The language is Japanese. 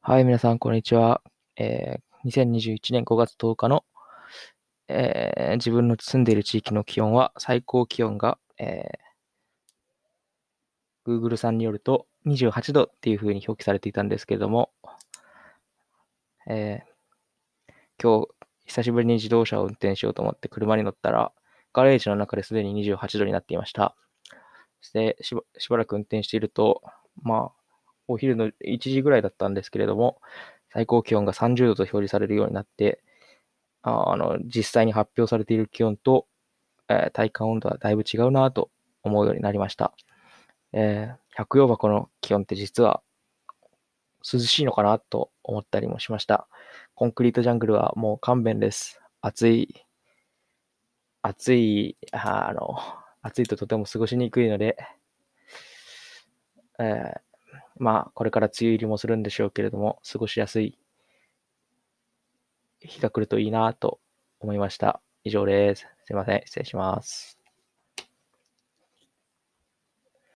はい、皆さん、こんにちは。2021年5月10日の、自分の住んでいる地域の気温は、最高気温が、Google さんによると28度っていう風に表記されていたんですけれども、え今日、久しぶりに自動車を運転しようと思って車に乗ったら、ガレージの中ですでに28度になっていました。そしてしばらく運転していると、お昼の1時ぐらいだったんですけれども、最高気温が30度と表示されるようになって、実際に発表されている気温と、体感温度はだいぶ違うなと思うようになりました。百葉箱の気温って実は涼しいのかなと思ったりもしました。コンクリートジャングルはもう勘弁です。暑い、暑いととても過ごしにくいので、えーこれから梅雨入りもするんでしょうけれども、過ごしやすい日が来るといいなと思いました。以上です。すいません。失礼します。